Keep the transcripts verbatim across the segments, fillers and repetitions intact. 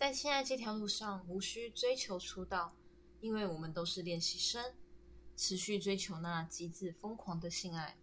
在性爱这条路上，无需追求出道，因为我们都是练习生，持续追求那极致疯狂的性爱。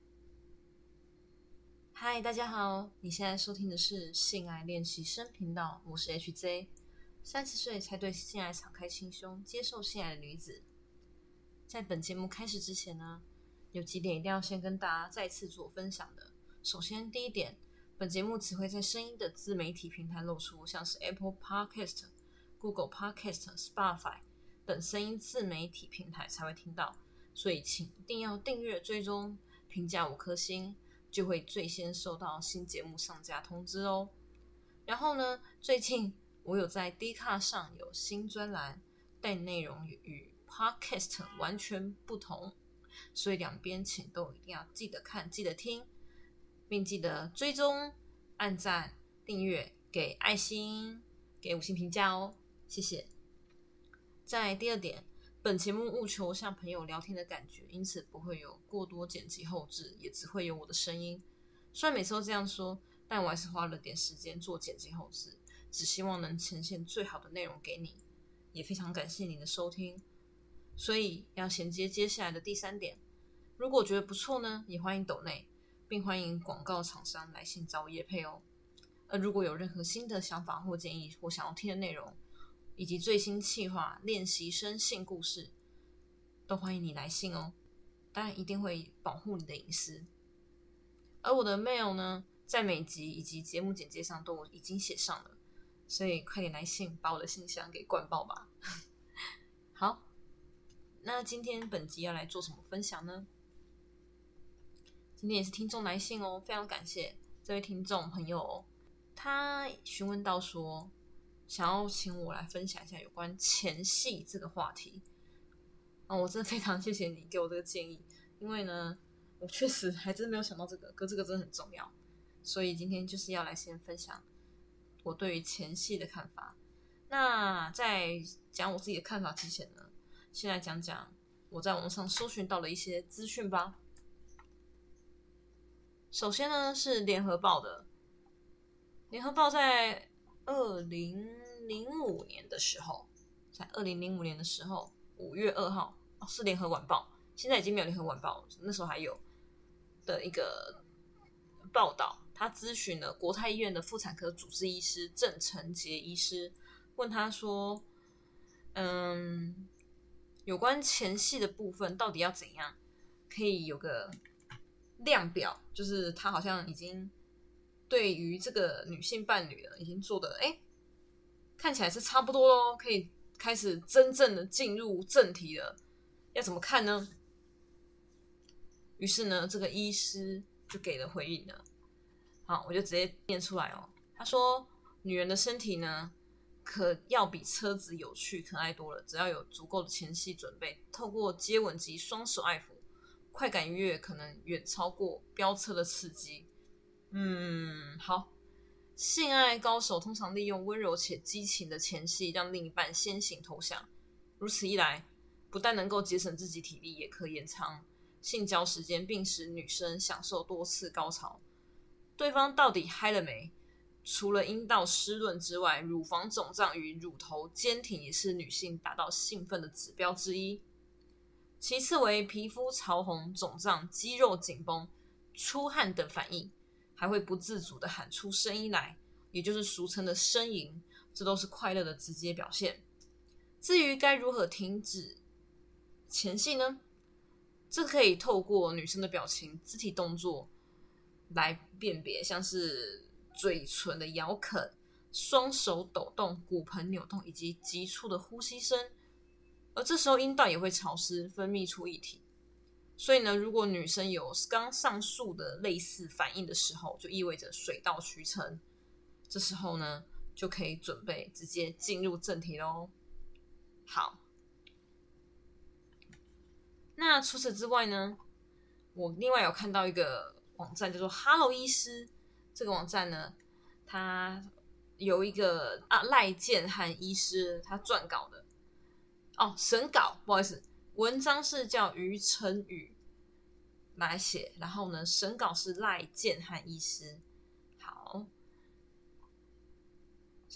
嗨，大家好，你现在收听的是性爱练习生频道，我是 H J， 三十岁才对性爱敞开心胸，接受性爱的女子。在本节目开始之前呢，有几点一定要先跟大家再次做分享的。首先，第一点，本节目只会在声音的自媒体平台露出，像是 Apple Podcast、Google Podcast、Spotify 等声音自媒体平台才会听到，所以请一定要订阅、追踪、评价五颗星，就会最先收到新节目上架通知哦。然后呢，最近我有在 Dcard 上有新专栏，但内容与 Podcast 完全不同，所以两边请都一定要记得看、记得听，并记得追踪、按赞、订阅、给爱心、给五星评价哦，谢谢。在第二点，本节目务求像朋友聊天的感觉，因此不会有过多剪辑后制，也只会有我的声音。虽然每次都这样说，但我还是花了点时间做剪辑后制，只希望能呈现最好的内容给你，也非常感谢你的收听。所以要衔接接下来的第三点，如果觉得不错呢，也欢迎抖内，并欢迎广告厂商来信找我业配哦。而如果有任何新的想法或建议，或想要听的内容，以及最新企划练习生性故事，都欢迎你来信哦。当然一定会保护你的隐私。而我的 mail 呢，在每集以及节目简介上都已经写上了，所以快点来信，把我的信箱给灌爆吧。好，那今天本集要来做什么分享呢？今天也是听众来信哦，非常感谢这位听众朋友哦，他询问到说，想要请我来分享一下有关前戏这个话题。哦，我真的非常谢谢你给我这个建议，因为呢，我确实还真没有想到这个，可这个真的很重要，所以今天就是要来先分享我对于前戏的看法。那在讲我自己的看法之前呢，先来讲讲我在网络上搜寻到的一些资讯吧。首先呢是联合报的，联合报在二零零五年的时候，在二零零五年的时候，五月二号、哦、是联合晚报，现在已经没有联合晚报了，那时候还有的一个报道，他咨询了国泰医院的妇产科主治医师郑成杰医师，问他说，嗯，有关前戏的部分到底要怎样可以有个量表，就是他好像已经对于这个女性伴侣呢，已经做的哎，看起来是差不多咯，可以开始真正的进入正题了。要怎么看呢？于是呢，这个医师就给了回应了。好，我就直接念出来哦。他说，女人的身体呢，可要比车子有趣可爱多了，只要有足够的前戏准备，透过接吻及双手爱抚，快感愉悦可能远超过飙车的刺激。嗯，好。性爱高手通常利用温柔且激情的前戏，让另一半先行投降。如此一来，不但能够节省自己体力，也可延长性交时间，并使女生享受多次高潮。对方到底嗨了没？除了阴道湿润之外，乳房肿胀与乳头坚挺也是女性达到兴奋的指标之一。其次为皮肤潮红、肿胀、肌肉紧绷、出汗等反应，还会不自主的喊出声音来，也就是俗称的呻吟，这都是快乐的直接表现。至于该如何停止前戏呢？这可以透过女生的表情、肢体动作来辨别，像是嘴唇的咬啃、双手抖动、骨盆扭动以及急促的呼吸声。而这时候阴道也会潮湿，分泌出液体。所以呢，如果女生有刚上述的类似反应的时候，就意味着水到渠成。这时候呢，就可以准备直接进入正题咯。好，那除此之外呢，我另外有看到一个网站叫做 Hello 医师，这个网站呢，它有一个啊赖建汉医师他撰稿的哦，审稿，不好意思，文章是叫于晨宇来写，然后呢，审稿是赖建汉医师。好，这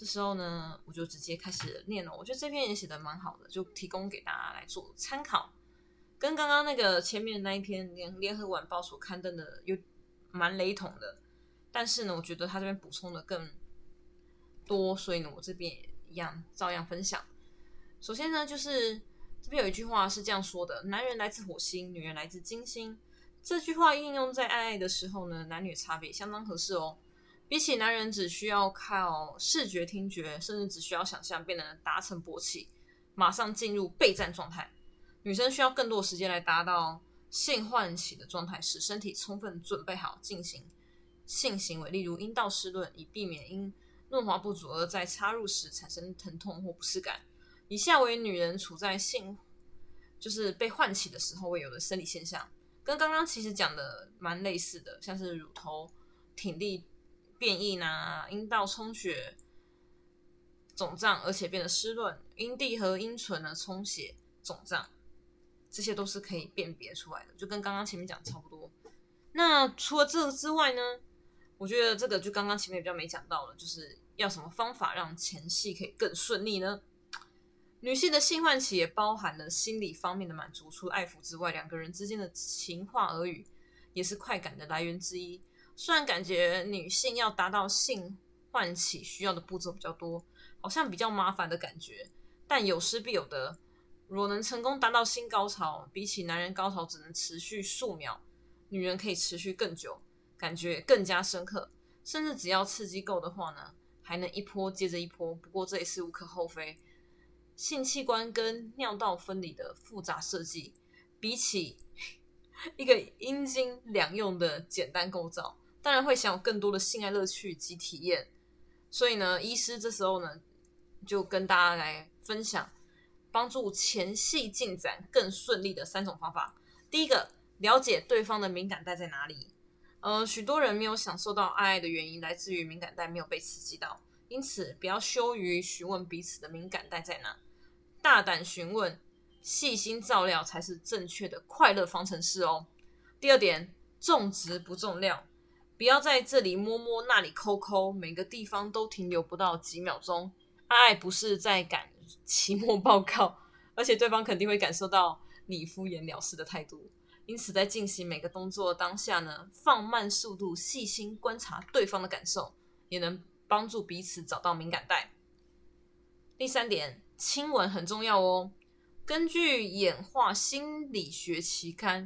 这时候呢，我就直接开始念了。我觉得这篇也写得蛮好的，就提供给大家来做参考。跟刚刚那个前面那一篇联联合晚报所刊登的有蛮雷同的，但是呢，我觉得他这边补充的更多，所以呢，我这边也一样照样分享。首先呢，就是这边有一句话是这样说的：男人来自火星，女人来自金星。这句话应用在爱爱的时候呢，男女差别相当合适哦。比起男人只需要靠视觉、听觉，甚至只需要想象便能达成勃起，马上进入备战状态，女生需要更多的时间来达到性唤起的状态，使身体充分准备好进行性行为，例如阴道湿润，以避免因润滑不足而在插入时产生疼痛或不适感。以下为女人处在性就是被唤起的时候会有的生理现象，跟刚刚其实讲的蛮类似的，像是乳头挺立、变硬啊，阴道充血、肿胀而且变得湿润，阴蒂和阴唇呢充血、肿胀，这些都是可以辨别出来的，就跟刚刚前面讲的差不多。那除了这个之外呢，我觉得这个就刚刚前面比较没讲到了，就是要什么方法让前戏可以更顺利呢？女性的性唤起也包含了心理方面的满足，除了爱抚之外，两个人之间的情话耳语也是快感的来源之一。虽然感觉女性要达到性唤起需要的步骤比较多，好像比较麻烦的感觉，但有失必有得。若能成功达到性高潮，比起男人高潮只能持续数秒，女人可以持续更久，感觉更加深刻，甚至只要刺激够的话呢，还能一波接着一波。不过这也是无可厚非，性器官跟尿道分离的复杂设计，比起一个阴茎两用的简单构造，当然会享有更多的性爱乐趣及体验。所以呢，医师这时候呢，就跟大家来分享帮助前戏进展更顺利的三种方法。第一个，了解对方的敏感带在哪里。呃，许多人没有享受到爱爱的原因来自于敏感带没有被刺激到，因此不要羞于询问彼此的敏感带在哪，大胆询问，细心照料才是正确的快乐方程式哦。第二点，重质不重量，不要在这里摸摸那里抠抠，每个地方都停留不到几秒钟。爱爱不是在赶期末报告，而且对方肯定会感受到你敷衍了事的态度，因此在进行每个动作当下呢，放慢速度，细心观察对方的感受，也能帮助彼此找到敏感带。第三点，亲吻很重要哦。根据演化心理学期刊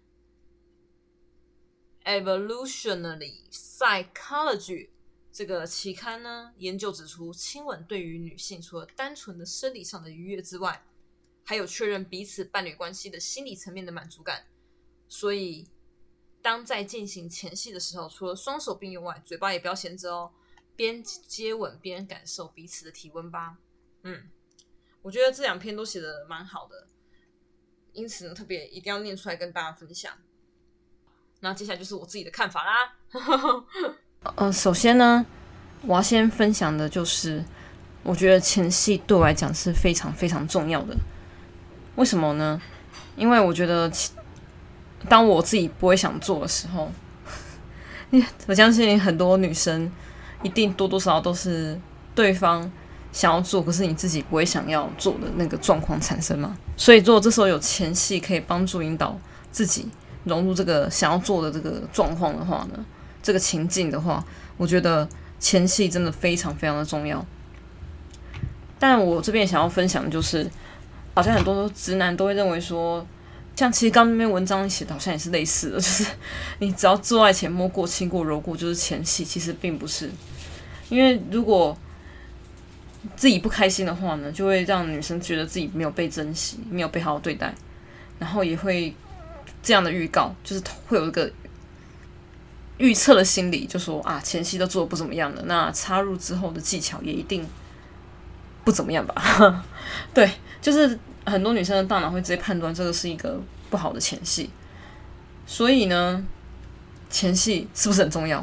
Evolutionary Psychology 这个期刊呢，研究指出，亲吻对于女性除了单纯的生理上的愉悦之外，还有确认彼此伴侣关系的心理层面的满足感。所以当在进行前戏的时候，除了双手并用外，嘴巴也不要闲着哦，边接吻边感受彼此的体温吧。嗯，我觉得这两篇都写得蛮好的，因此呢，特别一定要念出来跟大家分享。那接下来就是我自己的看法啦。呃，首先呢，我要先分享的就是，我觉得前戏对我来讲是非常非常重要的。为什么呢？因为我觉得，当我自己不会想做的时候，我相信很多女生一定多多少少都是对方想要做，可是你自己不会想要做的那个状况产生嘛。所以如果这时候有前戏可以帮助引导自己融入这个想要做的这个状况的话呢，这个情境的话，我觉得前戏真的非常非常的重要。但我这边想要分享的就是，好像很多直男都会认为说，像其实刚刚那篇文章写的好像也是类似的，就是你只要做爱前摸过、亲过、揉过就是前戏，其实并不是。因为如果自己不开心的话呢，就会让女生觉得自己没有被珍惜，没有被好好对待，然后也会这样的预告，就是会有一个预测的心理，就说啊，前戏都做得不怎么样了，那插入之后的技巧也一定不怎么样吧？对，就是很多女生的大脑会直接判断这个是一个不好的前戏，所以呢，前戏是不是很重要？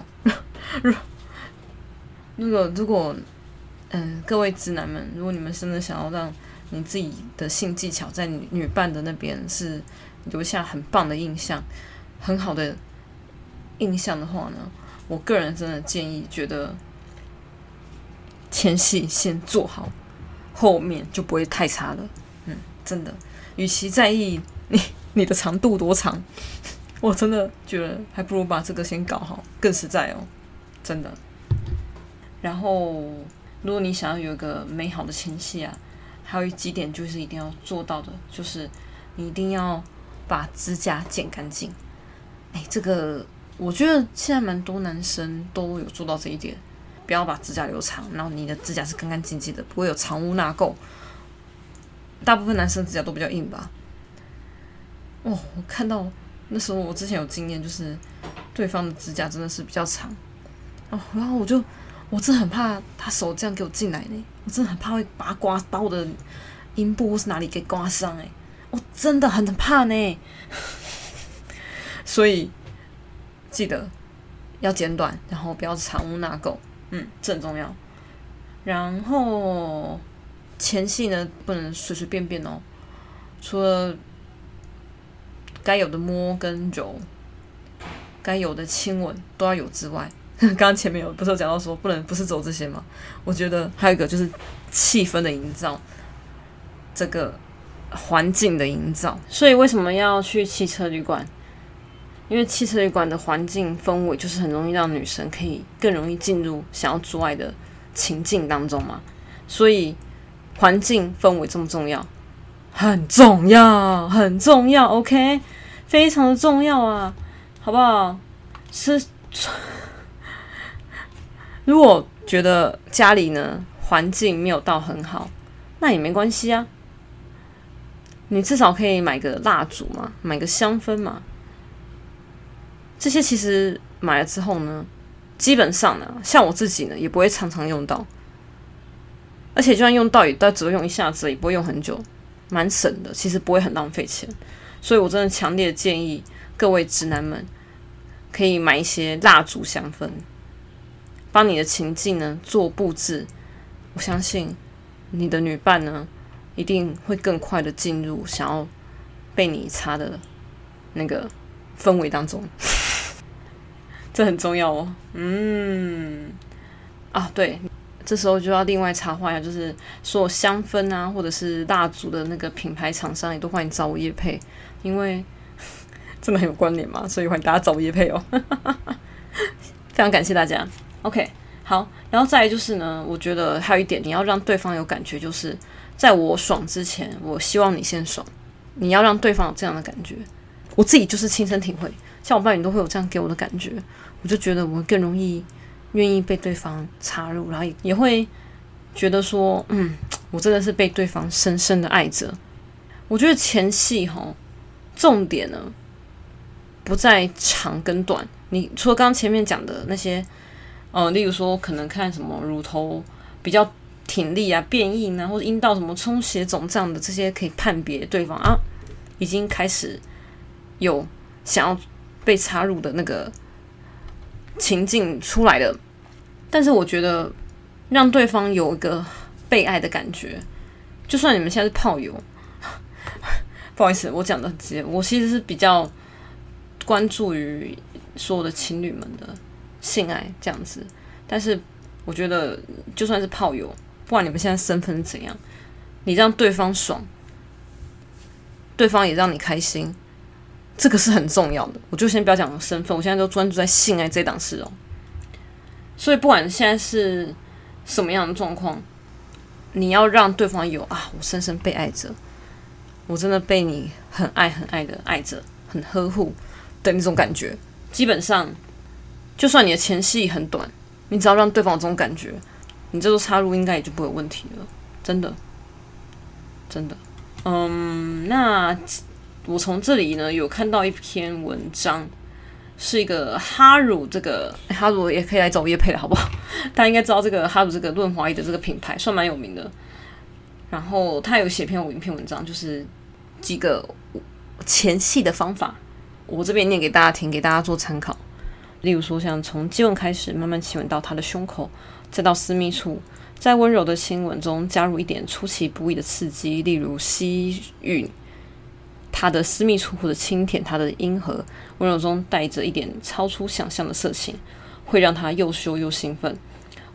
如果如果嗯，各位直男们，如果你们真的想要让你自己的性技巧在女女伴的那边是留下很棒的印象，很好的印象的话呢，我个人真的建议，觉得前戏先做好，后面就不会太差了。嗯，真的，与其在意你你的长度多长，我真的觉得还不如把这个先搞好，更实在哦，真的。然后，如果你想要有一个美好的前戏啊，还有几点就是一定要做到的，就是你一定要把指甲剪干净。哎，这个我觉得现在蛮多男生都有做到这一点，不要把指甲留长，然后你的指甲是干干净净的，不会有藏污纳垢。大部分男生指甲都比较硬吧。哦，我看到那时候我之前有经验，就是对方的指甲真的是比较长，哦，然后我就我真的很怕他手这样给我进来呢，我真的很怕会把他刮，把我的阴部或是哪里给刮伤哎，我真的很怕呢。所以记得要剪短，然后不要藏污纳垢，嗯，这很重要。然后前戏呢不能随随便便哦，除了该有的摸跟揉，该有的亲吻都要有之外，刚刚前面有不是有讲到说不能不是走这些吗？我觉得还有一个就是气氛的营造，这个环境的营造。所以为什么要去汽车旅馆？因为汽车旅馆的环境氛围就是很容易让女生可以更容易进入想要做爱的情境当中嘛，所以环境氛围这么重要，很重要，很重要 ，OK， 非常的重要啊，好不好？是，如果觉得家里呢环境没有到很好，那也没关系啊，你至少可以买个蜡烛嘛，买个香氛嘛。这些其实买了之后呢，基本上呢，像我自己呢，也不会常常用到，而且就算用到，也只会用一下子，也不会用很久，蛮省的，其实不会很浪费钱。所以我真的强烈建议各位直男们，可以买一些蜡烛香氛，帮你的情境呢做布置。我相信你的女伴呢，一定会更快的进入想要被你擦的那个氛围当中。这很重要哦。嗯，啊，对，这时候就要另外插话一下，就是所有香氛啊，或者是蜡烛的那个品牌厂商，也都欢迎找我业配，因为真的很有关联嘛，所以欢迎大家找我业配哦。非常感谢大家。OK， 好，然后再来就是呢，我觉得还有一点，你要让对方有感觉，就是在我爽之前，我希望你先爽，你要让对方有这样的感觉。我自己就是亲身体会，像我伴侣都会有这样给我的感觉，我就觉得我更容易愿意被对方插入，然后也会觉得说，嗯，我真的是被对方深深的爱着。我觉得前戏齁，重点呢不在长跟短。你除了刚刚前面讲的那些，呃，例如说可能看什么乳头比较挺立啊、变硬啊，或者阴道什么充血肿胀的这些，可以判别对方啊已经开始有想要被插入的那个情境出来了。但是我觉得让对方有一个被爱的感觉，就算你们现在是炮友，不好意思，我讲的很直接，我其实是比较关注于所有的情侣们的性爱这样子。但是我觉得就算是炮友，不管你们现在身份是怎样，你让对方爽，对方也让你开心，这个是很重要的。我就先不要讲身份，我现在都专注在性爱这档事哦。所以不管现在是什么样的状况，你要让对方有啊，我深深被爱着，我真的被你很爱很爱的爱着，很呵护的那种感觉。基本上，就算你的前戏很短，你只要让对方有这种感觉，你这周插入应该也就不会有问题了。真的，真的。嗯，那我从这里呢有看到一篇文章，是一个哈乳，这个哈乳也可以来找我业配了，好不好？大家应该知道这个哈乳这个润滑液的这个品牌算蛮有名的。然后他有写篇一篇文章，就是几个前戏的方法，我这边念给大家听，给大家做参考。例如说，像从接吻开始，慢慢亲吻到他的胸口，再到私密处，在温柔的亲吻中加入一点出其不意的刺激，例如吸吮他的私密处或者轻舔他的阴核，温柔中带着一点超出想象的色情，会让他又羞又兴奋。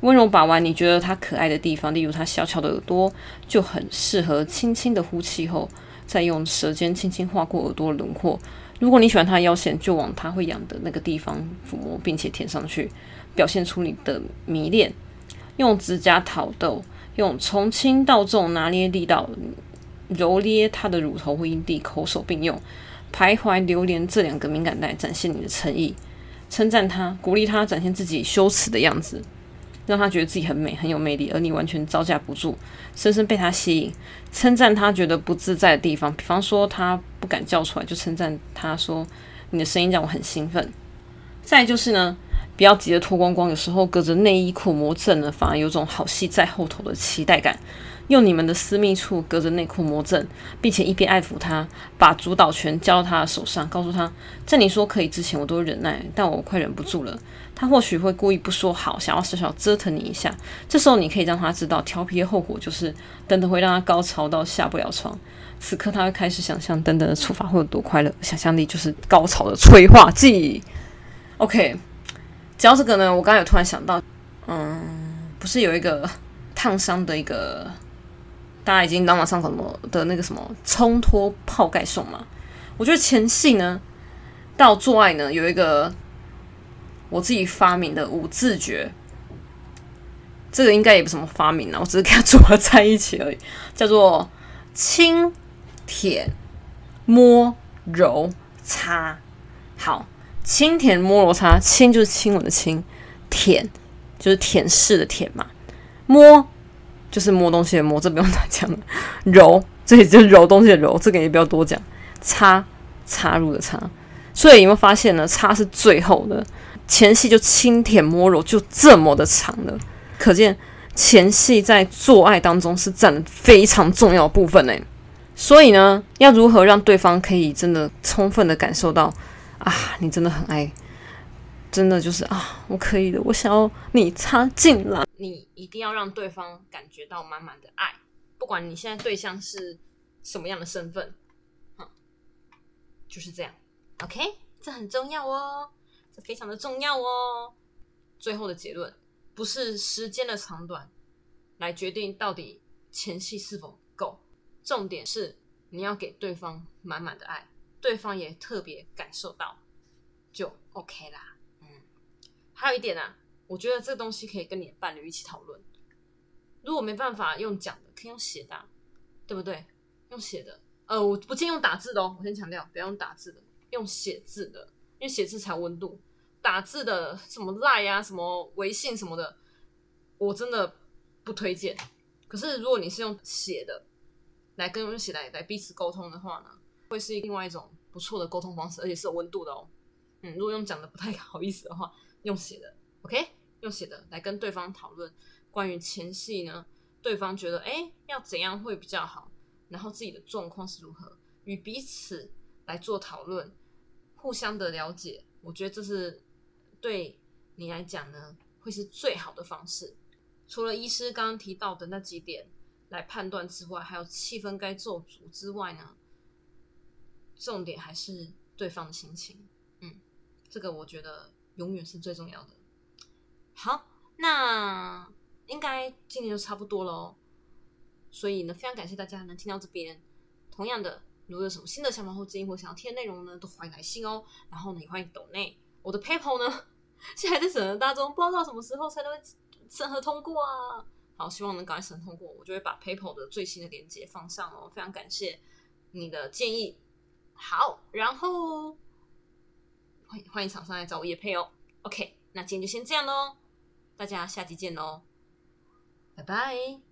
温柔把玩你觉得他可爱的地方，例如他小巧的耳朵，就很适合轻轻的呼气后，再用舌尖轻轻划过耳朵的轮廓。如果你喜欢他的腰线，就往他会痒的那个地方抚摸，并且舔上去，表现出你的迷恋。用指甲讨逗，用从轻到重拿捏力道，揉捏他的乳头或阴蒂，口手并用，徘徊流连这两个敏感带，展现你的诚意。称赞他，鼓励他展现自己羞耻的样子，让他觉得自己很美很有魅力，而你完全招架不住，深深被他吸引。称赞他觉得不自在的地方，比方说他不敢叫出来，就称赞他说你的声音让我很兴奋。再来就是呢，不要急着脱光光，有时候隔着内衣裤磨蹭呢，反而有种好戏在后头的期待感。用你们的私密处隔着内裤磨蹭，并且一边爱抚他，把主导权交到他的手上，告诉他，在你说可以之前我都忍耐，但我快忍不住了。他或许会故意不说好，想要小小折腾你一下，这时候你可以让他知道调皮的后果就是等等会让他高潮到下不了床。此刻他会开始想象等等的处罚会有多快乐，想象力就是高潮的催化剂。OK， 讲到这个呢，我刚才有突然想到，嗯，不是有一个烫伤的一个大家已经朗朗上口的那个什么冲脱泡盖送嘛？我觉得前戏呢到做爱呢有一个我自己发明的五字诀，这个应该也不是什么发明啦，我只是给它组合在一起而已，叫做轻舔摸揉擦。好，轻舔摸揉擦，轻就是亲吻的亲，舔就是舔舐的舔嘛，摸就是摸东西的摸，这不用再讲了。揉，这里就是揉东西的揉，这个也不要多讲。插，插入的插。所以有没有发现呢？插是最后的，前戏就轻舔摸揉就这么的长了，可见前戏在做爱当中是占了非常重要的部分呢。所以呢，要如何让对方可以真的充分的感受到啊，你真的很爱。真的就是啊，我可以的，我想要你插进来。你一定要让对方感觉到满满的爱，不管你现在对象是什么样的身份，嗯，就是这样。OK， 这很重要哦，这非常的重要哦。最后的结论不是时间的长短来决定到底前戏是否够，重点是你要给对方满满的爱，对方也特别感受到，就 OK 啦。还有一点啊，我觉得这个东西可以跟你的伴侣一起讨论。如果没办法用讲的，可以用写的、啊，对不对？用写的，呃，我不建议用打字的哦。我先强调，不要用打字的，用写字的，因为写字才有温度。打字的什么 Line 啊，什么微信什么的，我真的不推荐。可是如果你是用写的来跟用写来来彼此沟通的话呢，会是另外一种不错的沟通方式，而且是有温度的哦。嗯，如果用讲的不太好意思的话。用写的 ，OK， 用写的来跟对方讨论关于前戏呢，对方觉得哎要怎样会比较好，然后自己的状况是如何，与彼此来做讨论，互相的了解，我觉得这是对你来讲呢会是最好的方式。除了医师刚刚提到的那几点来判断之外，还有气氛该做足之外呢，重点还是对方的心情。嗯，这个我觉得永远是最重要的。好，那应该今天就差不多了哦。所以呢，非常感谢大家能听到这边。同样的，如果有什么新的想法或建议或想要听的内容呢，都欢迎来信哦。然后呢，也欢迎抖内。我的 PayPal 呢，现在还在审核当中，不知道到什么时候才能审核通过啊。好，希望能赶快审核通过，我就会把 PayPal 的最新的连结放上哦。非常感谢你的建议。好，然后欢迎厂商来找我业配哦。OK， 那今天就先这样咯，大家下集见咯，拜拜。